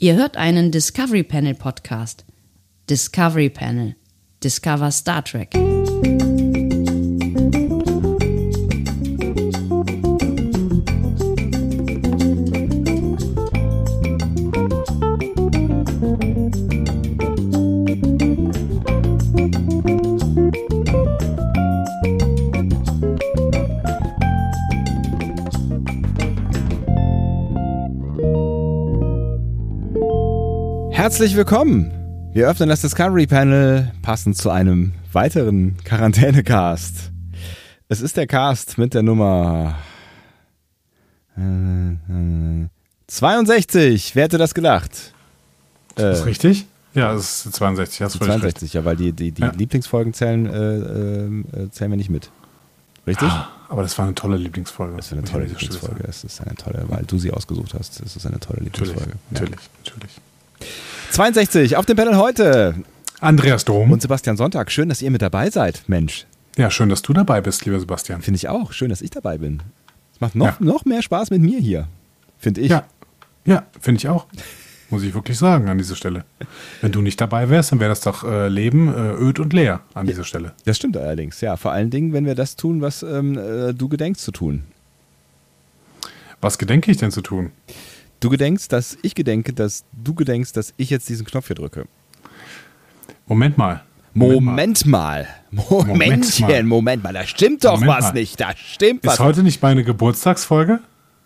Ihr hört einen Discovery Panel Podcast. Discovery Panel. Discover Star Trek. Herzlich willkommen! Wir öffnen das Discovery Panel passend zu einem weiteren Quarantänecast. Es ist der Cast mit der Nummer 62. Wer hätte das gedacht? Das ist richtig? Ja, es ist 62. Hast 62, recht. Ja, weil die Lieblingsfolgen zählen wir nicht mit. Richtig? Aber das war eine tolle Lieblingsfolge. Das ist eine tolle Lieblingsfolge. Es ist eine tolle, weil du sie ausgesucht hast. Es ist eine tolle Lieblingsfolge. Natürlich. 62 auf dem Panel heute. Andreas Dom. Und Sebastian Sonntag. Schön, dass ihr mit dabei seid, Mensch. Ja, schön, dass du dabei bist, lieber Sebastian. Finde ich auch. Schön, dass ich dabei bin. Es macht noch mehr Spaß mit mir hier, finde ich. Ja, finde ich auch. Muss ich wirklich sagen an dieser Stelle. Wenn du nicht dabei wärst, dann wäre das doch Leben öd und leer an dieser Stelle. Das stimmt allerdings, ja. Vor allen Dingen, wenn wir das tun, was du gedenkst zu tun. Was gedenke ich denn zu tun? Du gedenkst, dass ich gedenke, dass du gedenkst, dass ich jetzt diesen Knopf hier drücke. Moment mal. Moment mal, da stimmt doch was nicht. Da stimmt was. Ist heute nicht meine Geburtstagsfolge?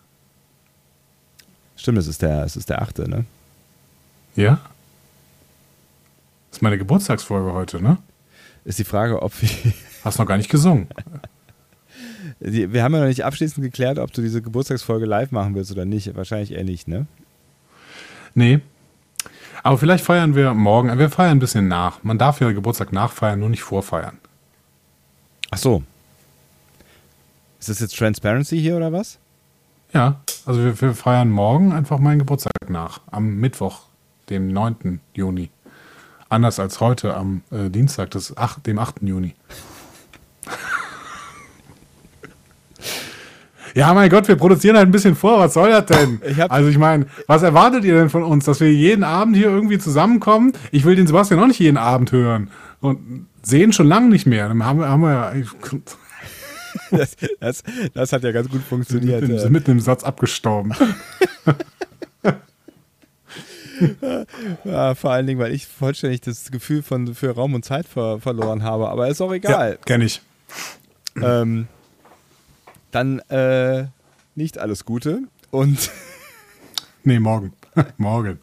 Stimmt, es ist der 8., ne? Ja. Das ist meine Geburtstagsfolge heute, ne? Ist die Frage, ob wir... Hast noch gar nicht gesungen. Wir haben ja noch nicht abschließend geklärt, ob du diese Geburtstagsfolge live machen willst oder nicht. Wahrscheinlich eher nicht, ne? Nee. Aber vielleicht feiern wir morgen. Wir feiern ein bisschen nach. Man darf ja Geburtstag nachfeiern, nur nicht vorfeiern. Ach so. Ist das jetzt Transparency hier oder was? Ja, also wir feiern morgen einfach meinen Geburtstag nach. Am Mittwoch, dem 9. Juni. Anders als heute am Dienstag, dem 8. Juni. Ja, mein Gott, wir produzieren halt ein bisschen vor. Was soll das denn? Ich meine, was erwartet ihr denn von uns? Dass wir jeden Abend hier irgendwie zusammenkommen? Ich will den Sebastian auch nicht jeden Abend hören. Und sehen schon lange nicht mehr. Dann haben wir ja... Das hat ja ganz gut funktioniert. Mitten im Satz abgestorben. Ja, vor allen Dingen, weil ich vollständig das Gefühl für Raum und Zeit verloren habe. Aber ist auch egal. Ja, kenn ich. Dann nicht alles Gute und... Nee, morgen. Morgen.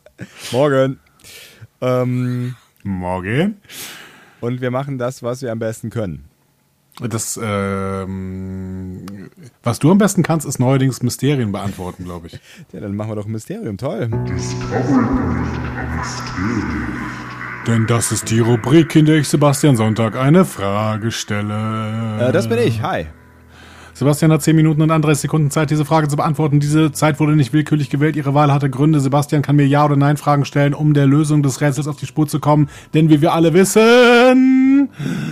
Morgen. Und wir machen das, was wir am besten können. Das, was du am besten kannst, ist neuerdings Mysterien beantworten, glaube ich. Ja, dann machen wir doch ein Mysterium. Toll. Denn das ist die Rubrik, in der ich Sebastian Sonntag eine Frage stelle. Das bin ich. Hi. Sebastian hat 10 Minuten und 31 Sekunden Zeit, diese Frage zu beantworten. Diese Zeit wurde nicht willkürlich gewählt. Ihre Wahl hatte Gründe. Sebastian kann mir Ja- oder Nein-Fragen stellen, um der Lösung des Rätsels auf die Spur zu kommen. Denn wie wir alle wissen...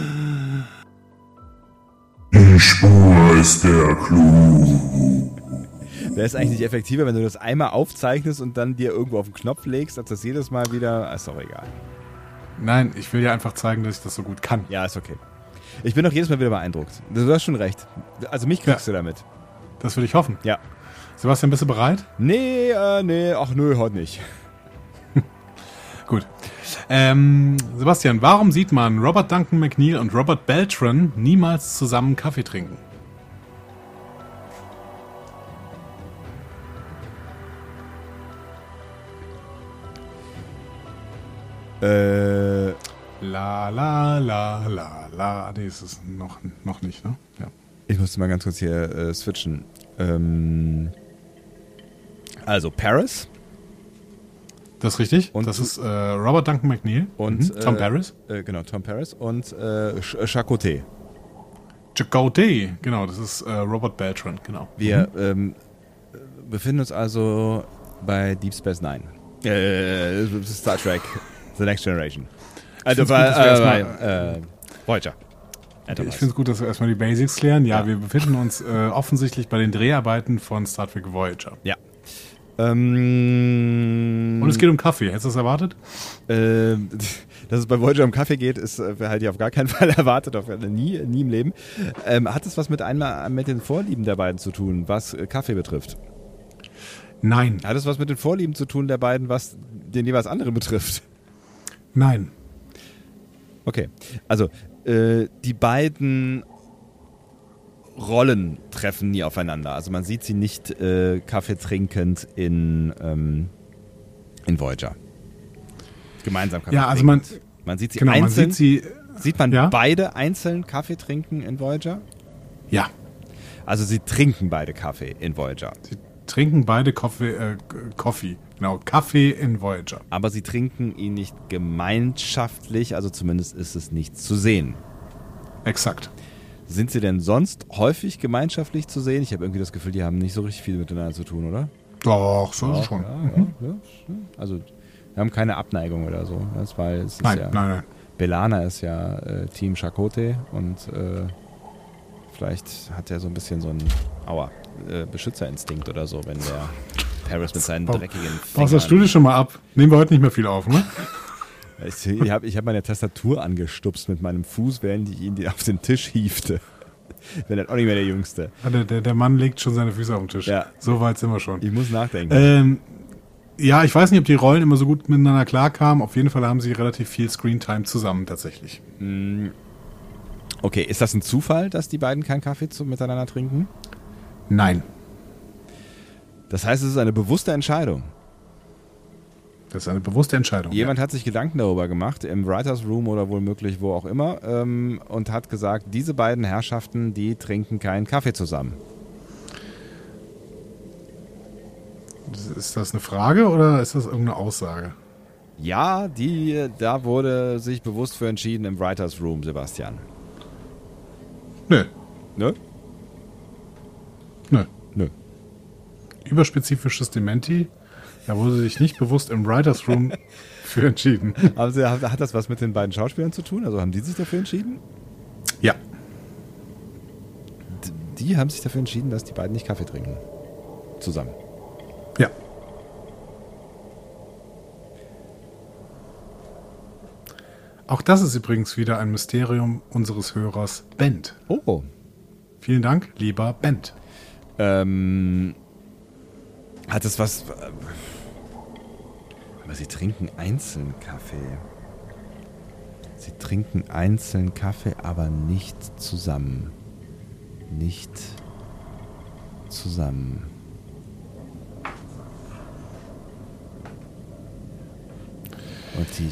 Die Spur ist der Clou. Wäre es eigentlich nicht effektiver, wenn du das einmal aufzeichnest und dann dir irgendwo auf den Knopf legst, als das jedes Mal wieder... Ist doch egal. Nein, ich will ja einfach zeigen, dass ich das so gut kann. Ja, ist okay. Ich bin auch jedes Mal wieder beeindruckt. Du hast schon recht. Also mich kriegst du damit. Das will ich hoffen. Ja. Sebastian, bist du bereit? Nee, ach nö, heute nicht. Gut. Sebastian, warum sieht man Robert Duncan McNeill und Robert Beltran niemals zusammen Kaffee trinken? La. Nee, ist es noch nicht, ne? Ja. Ich musste mal ganz kurz hier switchen. Also Paris. Das ist richtig. Und das ist Robert Duncan McNeill und Tom Paris. Genau, Tom Paris und Chakotay. Chakotay, genau, das ist Robert Beltran, genau. Wir befinden uns also bei Deep Space Nine. Star Trek, The Next Generation. Also bei Voyager. Ich finde es gut, dass wir erstmal die Basics klären. Ja, wir befinden uns offensichtlich bei den Dreharbeiten von Star Trek Voyager. Ja. Und es geht um Kaffee. Hättest du das erwartet? Dass es bei Voyager um Kaffee geht, ist halt auf gar keinen Fall erwartet, nie im Leben. Hat es was mit den Vorlieben der beiden zu tun, was Kaffee betrifft? Nein. Hat es was mit den Vorlieben zu tun der beiden, was den jeweils anderen betrifft? Nein. Okay, also die beiden Rollen treffen nie aufeinander. Also man sieht sie nicht Kaffee trinkend in Voyager. Gemeinsam Kaffee also trinkend. Man sieht sie einzeln. Sieht man ja? beide einzeln Kaffee trinken in Voyager? Ja. Also sie trinken beide Kaffee in Voyager. Sie trinken beide Kaffee in Voyager. Aber sie trinken ihn nicht gemeinschaftlich, also zumindest ist es nicht zu sehen. Exakt. Sind sie denn sonst häufig gemeinschaftlich zu sehen? Ich habe irgendwie das Gefühl, die haben nicht so richtig viel miteinander zu tun, oder? Doch, so ist es schon. Ja. Also, wir haben keine Abneigung oder so. Nein. B'Elanna ist ja Team Chakotay und vielleicht hat er so ein bisschen so einen Beschützerinstinkt oder so, wenn der Paris mit seinen dreckigen Fingern... Brauchst das Studio schon mal ab. Nehmen wir heute nicht mehr viel auf, ne? Ich hab meine Tastatur angestupst mit meinem Fuß, während ich ihn auf den Tisch hiefte. Ich bin dann auch nicht mehr der Jüngste. Der Mann legt schon seine Füße auf den Tisch. Ja. So weit sind wir schon. Ich muss nachdenken. Ja, ich weiß nicht, ob die Rollen immer so gut miteinander klarkamen. Auf jeden Fall haben sie relativ viel Screentime zusammen tatsächlich. Okay, ist das ein Zufall, dass die beiden keinen Kaffee miteinander trinken? Nein. Das heißt, es ist eine bewusste Entscheidung. Das ist eine bewusste Entscheidung. Jemand hat sich Gedanken darüber gemacht, im Writers Room oder womöglich wo auch immer, und hat gesagt, diese beiden Herrschaften, die trinken keinen Kaffee zusammen. Ist das eine Frage oder ist das irgendeine Aussage? Ja, da wurde sich bewusst für entschieden im Writers Room, Sebastian. Nö. Nö? Nö. Nö. Überspezifisches Dementi. Da wurde sich nicht bewusst im Writers Room für entschieden. Also hat das was mit den beiden Schauspielern zu tun? Also haben die sich dafür entschieden? Ja. Die haben sich dafür entschieden, dass die beiden nicht Kaffee trinken. Zusammen. Ja. Auch das ist übrigens wieder ein Mysterium unseres Hörers Bent. Oh. Vielen Dank, lieber Bent. Hat es was... Aber sie trinken einzeln Kaffee. Sie trinken einzeln Kaffee, aber nicht zusammen. Nicht zusammen. Und die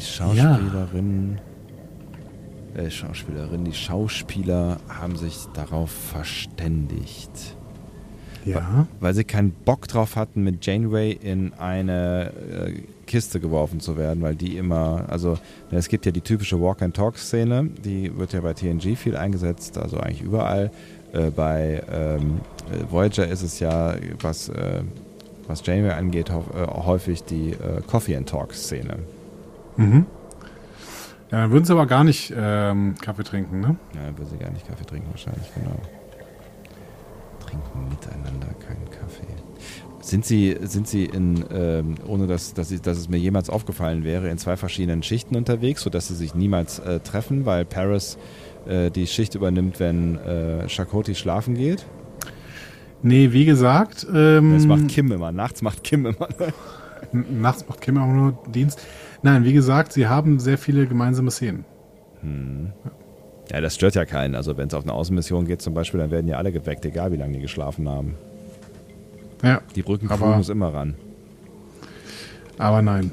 die Schauspieler haben sich darauf verständigt. Ja. Weil sie keinen Bock drauf hatten, mit Janeway in eine Kiste geworfen zu werden, weil die immer, also es gibt ja die typische Walk-and-Talk-Szene, die wird ja bei TNG viel eingesetzt, also eigentlich überall. Bei Voyager ist es ja, was Janeway angeht, häufig die Coffee-and-Talk-Szene. Mhm. Ja, dann würden sie aber gar nicht Kaffee trinken, ne? Ja, dann würden sie gar nicht Kaffee trinken wahrscheinlich, genau. Trinken miteinander keinen Kaffee. Sind Sie ohne dass es mir jemals aufgefallen wäre, in zwei verschiedenen Schichten unterwegs, sodass sie sich niemals treffen, weil Paris die Schicht übernimmt, wenn Chakotay schlafen geht? Nee, wie gesagt... das macht Kim immer. Nachts macht Kim immer. Nachts macht Kim auch nur Dienst. Nein, wie gesagt, sie haben sehr viele gemeinsame Szenen. Ja, das stört ja keinen. Also wenn es auf eine Außenmission geht zum Beispiel, dann werden ja alle geweckt, egal wie lange die geschlafen haben. Ja. Die Brückencrew muss immer ran. Aber nein.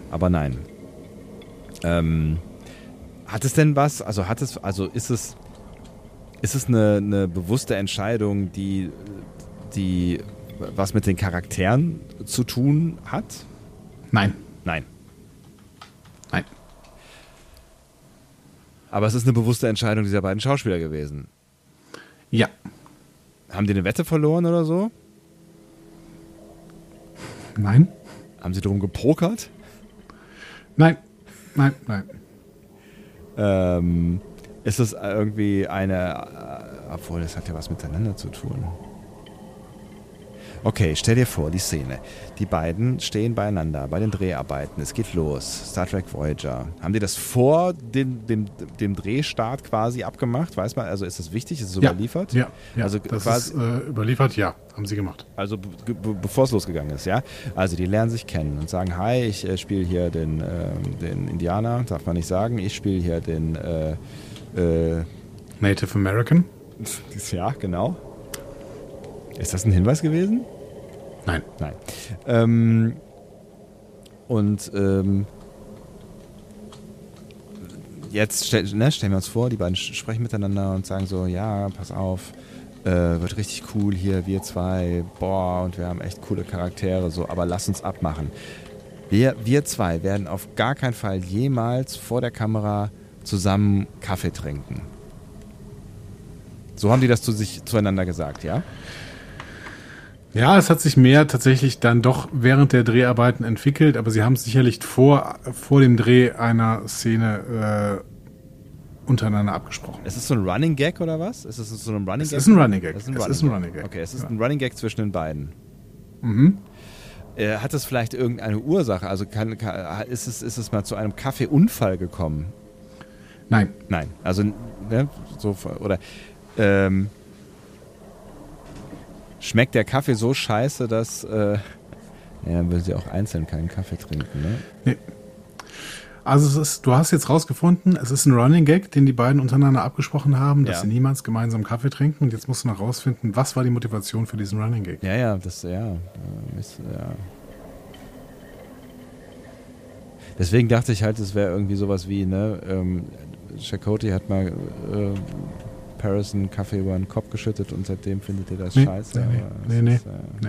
Hat es denn was? Ist es eine bewusste Entscheidung, die was mit den Charakteren zu tun hat? Nein. Aber es ist eine bewusste Entscheidung dieser beiden Schauspieler gewesen. Ja. Haben die eine Wette verloren oder so? Nein. Haben sie drum gepokert? Nein. Ist es irgendwie obwohl, das hat ja was miteinander zu tun. Okay, stell dir vor, die Szene. Die beiden stehen beieinander bei den Dreharbeiten. Es geht los. Star Trek Voyager. Haben die das vor dem Drehstart quasi abgemacht? Weiß man, also ist das wichtig? Ist es überliefert? Ja, also das quasi, ist überliefert, ja, haben sie gemacht. Also bevor es losgegangen ist, ja? Also die lernen sich kennen und sagen, hi, ich spiele hier den Indianer, darf man nicht sagen. Ich spiele hier den Native American? Ja, genau. Ist das ein Hinweis gewesen? Nein. Jetzt stellen wir uns vor, die beiden sprechen miteinander und sagen so, ja, pass auf, wird richtig cool hier, wir zwei, boah, und wir haben echt coole Charaktere, so, aber lass uns abmachen. Wir zwei werden auf gar keinen Fall jemals vor der Kamera zusammen Kaffee trinken. So haben die das zueinander gesagt, ja? Ja, es hat sich mehr tatsächlich dann doch während der Dreharbeiten entwickelt, aber sie haben es sicherlich vor dem Dreh einer Szene untereinander abgesprochen. Ist es so ein Running Gag oder was? Ist es so ein Running Gag? Es ist ein Running Gag. Es ist ein Running Gag. Okay, es ist ein Running Gag zwischen den beiden. Mhm. Hat das vielleicht irgendeine Ursache? Also ist es mal zu einem Kaffeeunfall gekommen? Nein. Nein. Also, ne, so, oder schmeckt der Kaffee so scheiße, dass dann würden sie auch einzeln keinen Kaffee trinken, ne? Nee. Also du hast jetzt rausgefunden, es ist ein Running Gag, den die beiden untereinander abgesprochen haben, dass sie niemals gemeinsam Kaffee trinken. Und jetzt musst du noch rausfinden, was war die Motivation für diesen Running Gag? Deswegen dachte ich halt, es wäre irgendwie sowas wie, ne, Chakotay hat mal Paris einen Kaffee über den Kopf geschüttet und seitdem findet ihr das scheiße. Nee.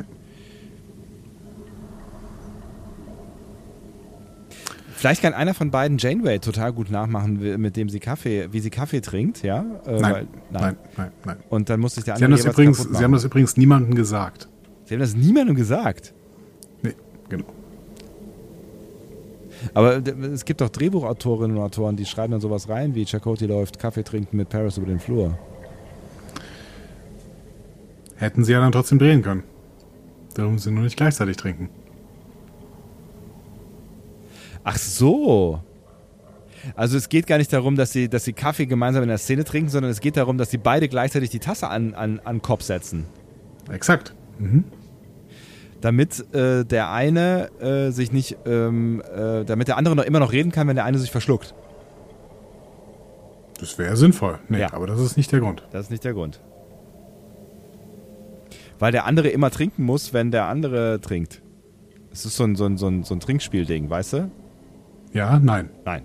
Vielleicht kann einer von beiden Janeway total gut nachmachen, wie sie Kaffee trinkt, ja? Nein. Und dann muss sich der andere Sie haben das übrigens niemandem gesagt. Sie haben das niemandem gesagt? Nee, genau. Aber es gibt doch Drehbuchautorinnen und Autoren, die schreiben dann sowas rein, wie Chakotay läuft Kaffee trinken mit Paris über den Flur. Hätten sie ja dann trotzdem drehen können. Darum sie nur nicht gleichzeitig trinken. Ach so. Also es geht gar nicht darum, dass sie Kaffee gemeinsam in der Szene trinken, sondern es geht darum, dass sie beide gleichzeitig die Tasse an den Kopf setzen. Exakt. Mhm. Damit der eine sich nicht, damit der andere immer noch reden kann, wenn der eine sich verschluckt. Das wäre sinnvoll. Nee, ja. Aber das ist nicht der Grund. Das ist nicht der Grund. Weil der andere immer trinken muss, wenn der andere trinkt. Es ist so ein Trinkspielding, weißt du? Ja, nein. Nein.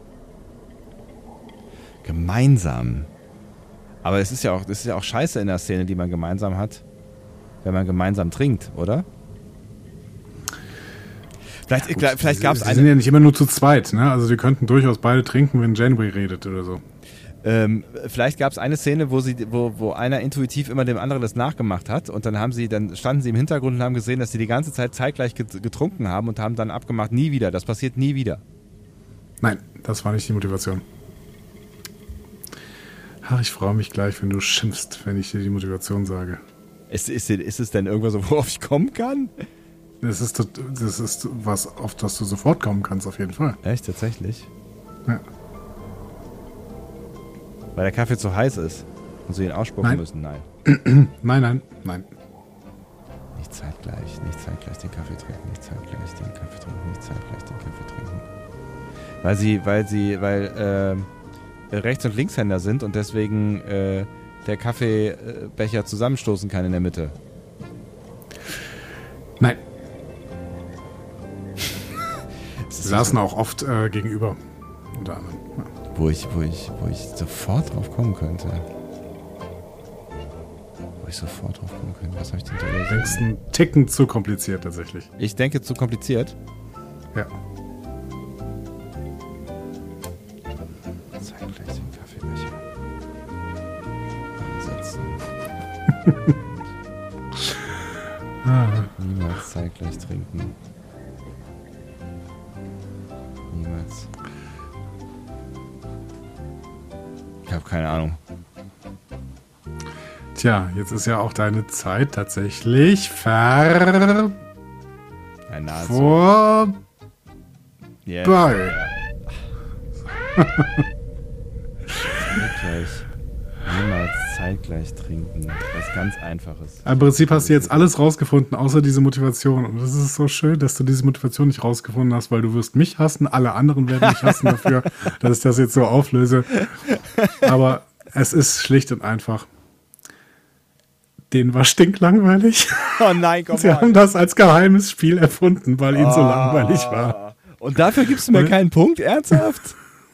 Gemeinsam. Aber es ist ja auch scheiße in der Szene, die man gemeinsam hat, wenn man gemeinsam trinkt, oder? Vielleicht gab es eine. Sie sind ja nicht immer nur zu zweit, ne? Also die könnten durchaus beide trinken, wenn Janeway redet oder so. Vielleicht gab es eine Szene, wo einer intuitiv immer dem anderen das nachgemacht hat und dann standen sie im Hintergrund und haben gesehen, dass sie die ganze Zeit zeitgleich getrunken haben und haben dann abgemacht, nie wieder, das passiert nie wieder. Nein, das war nicht die Motivation. Ach, ich freue mich gleich, wenn du schimpfst, wenn ich dir die Motivation sage. Ist es denn irgendwas, worauf ich kommen kann? Das ist was, auf das du sofort kommen kannst, auf jeden Fall. Echt, tatsächlich? Ja. Weil der Kaffee zu heiß ist und sie ihn ausspucken müssen? Nein. Nein. Nicht zeitgleich den Kaffee trinken, nicht zeitgleich den Kaffee trinken, nicht zeitgleich den Kaffee trinken. Weil Rechts- und Linkshänder sind und deswegen der Kaffeebecher zusammenstoßen kann in der Mitte. Nein. Sie saßen auch oft gegenüber, unter anderem. Ja. Wo ich sofort drauf kommen könnte. Was habe ich denn da Du denkst einen Ticken zu kompliziert tatsächlich. Ich denke zu kompliziert? Ja. Zeitgleich den Kaffeebecher ansetzen. Niemals zeitgleich trinken. Niemals. Ich habe keine Ahnung. Tja, jetzt ist ja auch deine Zeit tatsächlich vorbei. Yes. Niemals zeitgleich trinken. Was ganz Einfaches. Im Prinzip hast du jetzt alles rausgefunden, außer diese Motivation. Und das ist so schön, dass du diese Motivation nicht rausgefunden hast, weil du wirst mich hassen, alle anderen werden mich hassen dafür, dass ich das jetzt so auflöse. Aber es ist schlicht und einfach. Den war stinklangweilig. Oh nein, komm Sie haben das als geheimes Spiel erfunden, weil ihnen so langweilig war. Und dafür gibst du mir keinen Punkt? Ernsthaft?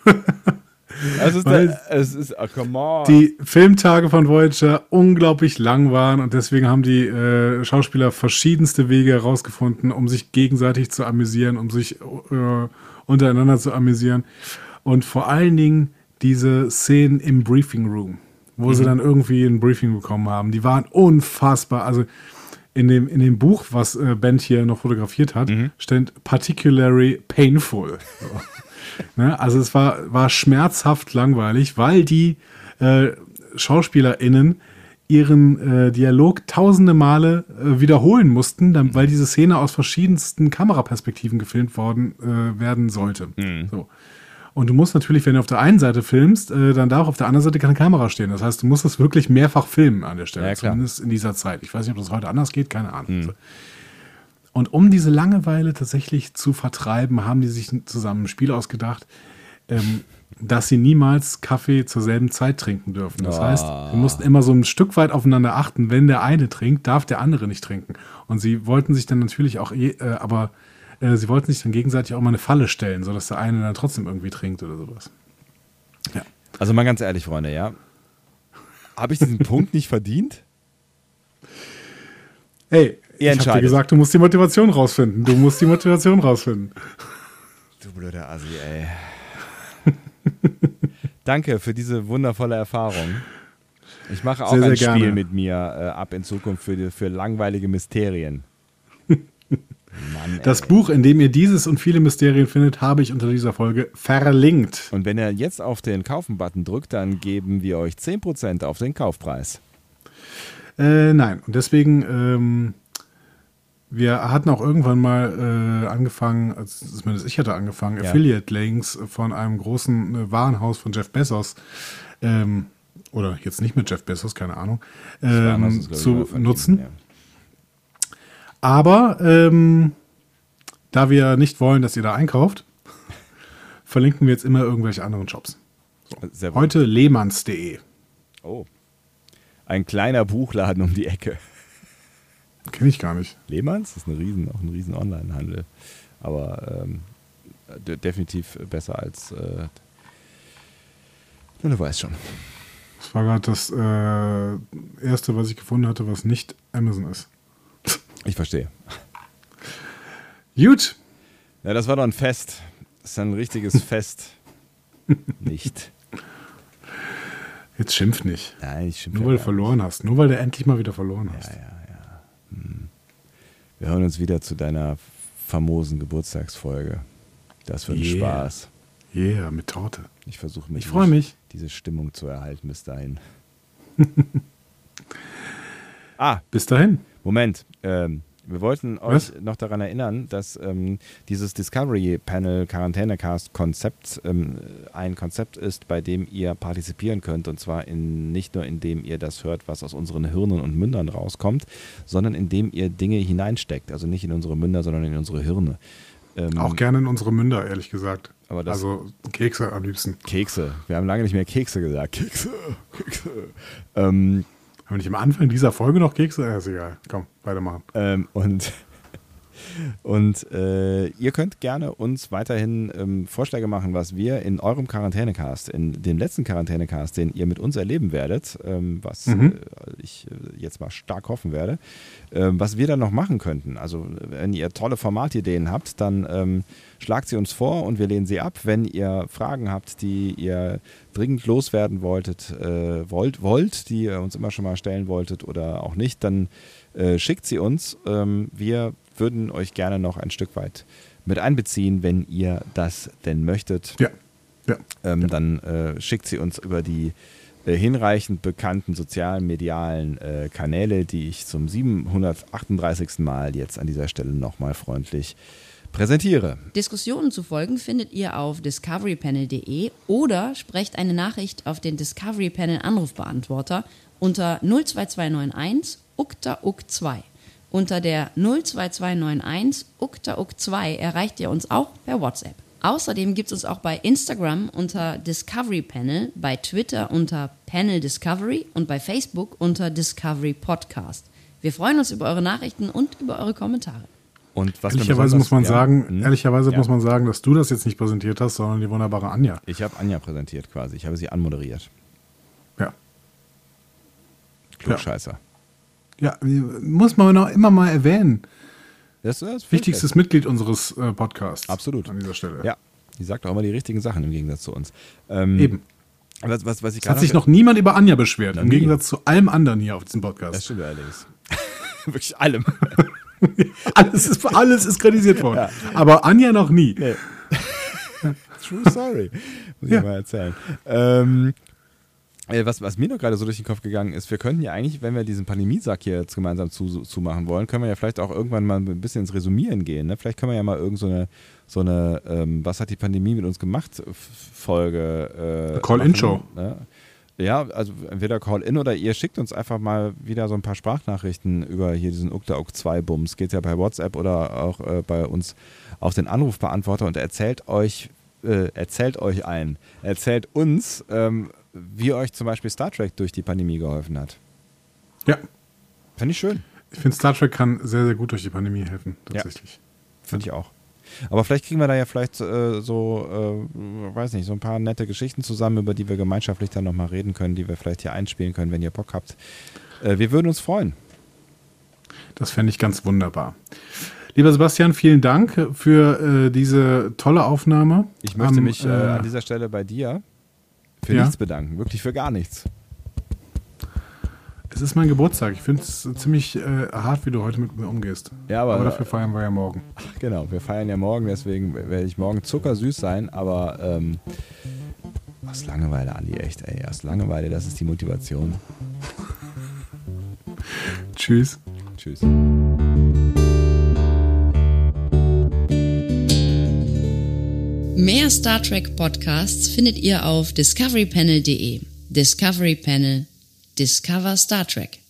Come on. Die Filmtage von Voyager unglaublich lang waren und deswegen haben die Schauspieler verschiedenste Wege herausgefunden, um sich gegenseitig zu amüsieren, um sich untereinander zu amüsieren. Und vor allen Dingen diese Szenen im Briefing Room, wo sie dann irgendwie ein Briefing bekommen haben, die waren unfassbar. Also in dem Buch, was Bent hier noch fotografiert hat, steht particularly painful. So. Ne? Also es war schmerzhaft langweilig, weil die SchauspielerInnen ihren Dialog tausende Male wiederholen mussten, weil diese Szene aus verschiedensten Kameraperspektiven gefilmt werden sollte. So. Und du musst natürlich, wenn du auf der einen Seite filmst, dann darf auf der anderen Seite keine Kamera stehen. Das heißt, du musst es wirklich mehrfach filmen an der Stelle, ja, zumindest in dieser Zeit. Ich weiß nicht, ob das heute anders geht, keine Ahnung. Und um diese Langeweile tatsächlich zu vertreiben, haben die sich zusammen ein Spiel ausgedacht, dass sie niemals Kaffee zur selben Zeit trinken dürfen. Das heißt, wir mussten immer so ein Stück weit aufeinander achten. Wenn der eine trinkt, darf der andere nicht trinken. Und sie wollten sich dann natürlich auch, sie wollten sich dann gegenseitig auch mal eine Falle stellen, sodass der eine dann trotzdem irgendwie trinkt oder sowas. Ja. Also mal ganz ehrlich, Freunde, ja. Habe ich diesen Punkt nicht verdient? Hey, ich hab dir gesagt, du musst die Motivation rausfinden. Du blöder Assi, ey. Danke für diese wundervolle Erfahrung. Ich mache auch sehr, ein Spiel mit mir ab in Zukunft für langweilige Mysterien. Mann, das Buch, in dem ihr dieses und viele Mysterien findet, habe ich unter dieser Folge verlinkt. Und wenn ihr jetzt auf den Kaufen-Button drückt, dann geben wir euch 10% auf den Kaufpreis. Nein, und deswegen, wir hatten auch irgendwann mal angefangen, also zumindest ich hatte angefangen, Affiliate-Links von einem großen Warenhaus von Jeff Bezos, oder jetzt nicht mit Jeff Bezos, keine Ahnung, zu nutzen. Ja. Aber da wir nicht wollen, dass ihr da einkauft, verlinken wir jetzt immer irgendwelche anderen Shops. So. Heute lehmanns.de. Oh. Ein kleiner Buchladen um die Ecke. Kenne ich gar nicht. Lehmanns ist auch ein riesen Onlinehandel. Aber definitiv besser als du weißt schon. Das war gerade das erste, was ich gefunden hatte, was nicht Amazon ist. Ich verstehe. Gut. Ja, das war doch ein Fest. Das ist ein richtiges Fest. Nicht. Jetzt schimpf nicht. Nein, ich schimpf Nur weil du verloren hast. Nur weil du endlich mal wieder verloren hast. Ja. Wir hören uns wieder zu deiner famosen Geburtstagsfolge. Das wird ein Spaß. Yeah, mit Torte. Ich versuche diese Stimmung zu erhalten bis dahin. Bis dahin. Moment. Wir wollten euch noch daran erinnern, dass dieses Discovery Panel Quarantänecast Konzept ein Konzept ist, bei dem ihr partizipieren könnt. Und zwar nicht nur indem ihr das hört, was aus unseren Hirnen und Mündern rauskommt, sondern indem ihr Dinge hineinsteckt. Also nicht in unsere Münder, sondern in unsere Hirne. Auch gerne in unsere Münder, ehrlich gesagt. Aber also Kekse am liebsten. Kekse. Wir haben lange nicht mehr Kekse gesagt. Kekse. Haben wir nicht am Anfang dieser Folge noch Kekse? Ja, ist egal. Komm, weitermachen. Und ihr könnt gerne uns weiterhin Vorschläge machen, was wir in eurem Quarantänecast, in dem letzten Quarantänecast, den ihr mit uns erleben werdet, was ich jetzt mal stark hoffen werde, was wir dann noch machen könnten. Also wenn ihr tolle Formatideen habt, dann schlagt sie uns vor und wir lehnen sie ab. Wenn ihr Fragen habt, die ihr dringend loswerden wollt, die ihr uns immer schon mal stellen wolltet oder auch nicht, dann schickt sie uns. Wir würden euch gerne noch ein Stück weit mit einbeziehen, wenn ihr das denn möchtet. Ja. Dann schickt sie uns über die hinreichend bekannten sozialen, medialen Kanäle, die ich zum 738. Mal jetzt an dieser Stelle nochmal freundlich präsentiere. Diskussionen zu folgen findet ihr auf discoverypanel.de oder sprecht eine Nachricht auf den Discovery Panel Anrufbeantworter unter 02291 UKTA-UK2. Unter der 02291 UKTA-UK2 erreicht ihr uns auch per WhatsApp. Außerdem gibt es uns auch bei Instagram unter Discovery Panel, bei Twitter unter Panel Discovery und bei Facebook unter Discovery Podcast. Wir freuen uns über eure Nachrichten und über eure Kommentare. Und was ehrlicherweise muss man sagen, dass du das jetzt nicht präsentiert hast, sondern die wunderbare Anja. Ich habe Anja präsentiert quasi. Ich habe sie anmoderiert. Ja. Klugscheißer. Ja, muss man auch immer mal erwähnen. Das ist wichtigstes Mitglied unseres Podcasts. Absolut. An dieser Stelle. Ja, die sagt auch immer die richtigen Sachen im Gegensatz zu uns. Eben. Was ich hat sich noch niemand über Anja beschwert, im Gegensatz zu allem anderen hier auf diesem Podcast. Das stimmt allerdings. Wirklich allem. alles ist kritisiert worden. Ja. Aber Anja noch nie. Nee. True story. Muss ich mal erzählen. Was mir noch gerade so durch den Kopf gegangen ist, wir könnten ja eigentlich, wenn wir diesen Pandemiesack hier jetzt gemeinsam zumachen wollen, können wir ja vielleicht auch irgendwann mal ein bisschen ins Resümieren gehen. Ne? Vielleicht können wir ja mal irgend so eine was hat die Pandemie mit uns gemacht, Folge Call-In-Show. Ne? Ja, also entweder Call-In oder ihr schickt uns einfach mal wieder so ein paar Sprachnachrichten über hier diesen UKTA-UK2-Bums. Geht ja bei WhatsApp oder auch bei uns auf den Anrufbeantworter und erzählt uns, wie euch zum Beispiel Star Trek durch die Pandemie geholfen hat. Ja. Fand ich schön. Ich finde, Star Trek kann sehr, sehr gut durch die Pandemie helfen, tatsächlich. Ja, finde ich auch. Aber vielleicht kriegen wir da ja vielleicht weiß nicht, so ein paar nette Geschichten zusammen, über die wir gemeinschaftlich dann nochmal reden können, die wir vielleicht hier einspielen können, wenn ihr Bock habt. Wir würden uns freuen. Das fände ich ganz wunderbar. Lieber Sebastian, vielen Dank für diese tolle Aufnahme. Ich möchte mich an dieser Stelle bei dir für nichts bedanken. Wirklich für gar nichts. Es ist mein Geburtstag. Ich finde es ziemlich hart, wie du heute mit mir umgehst. Ja, aber dafür feiern wir ja morgen. Genau, wir feiern ja morgen, deswegen werde ich morgen zuckersüß sein, aber aus Langeweile, Andi, echt, ey. Aus Langeweile, das ist die Motivation. Tschüss. Tschüss. Mehr Star Trek Podcasts findet ihr auf discoverypanel.de. Discovery Panel. Discover Star Trek.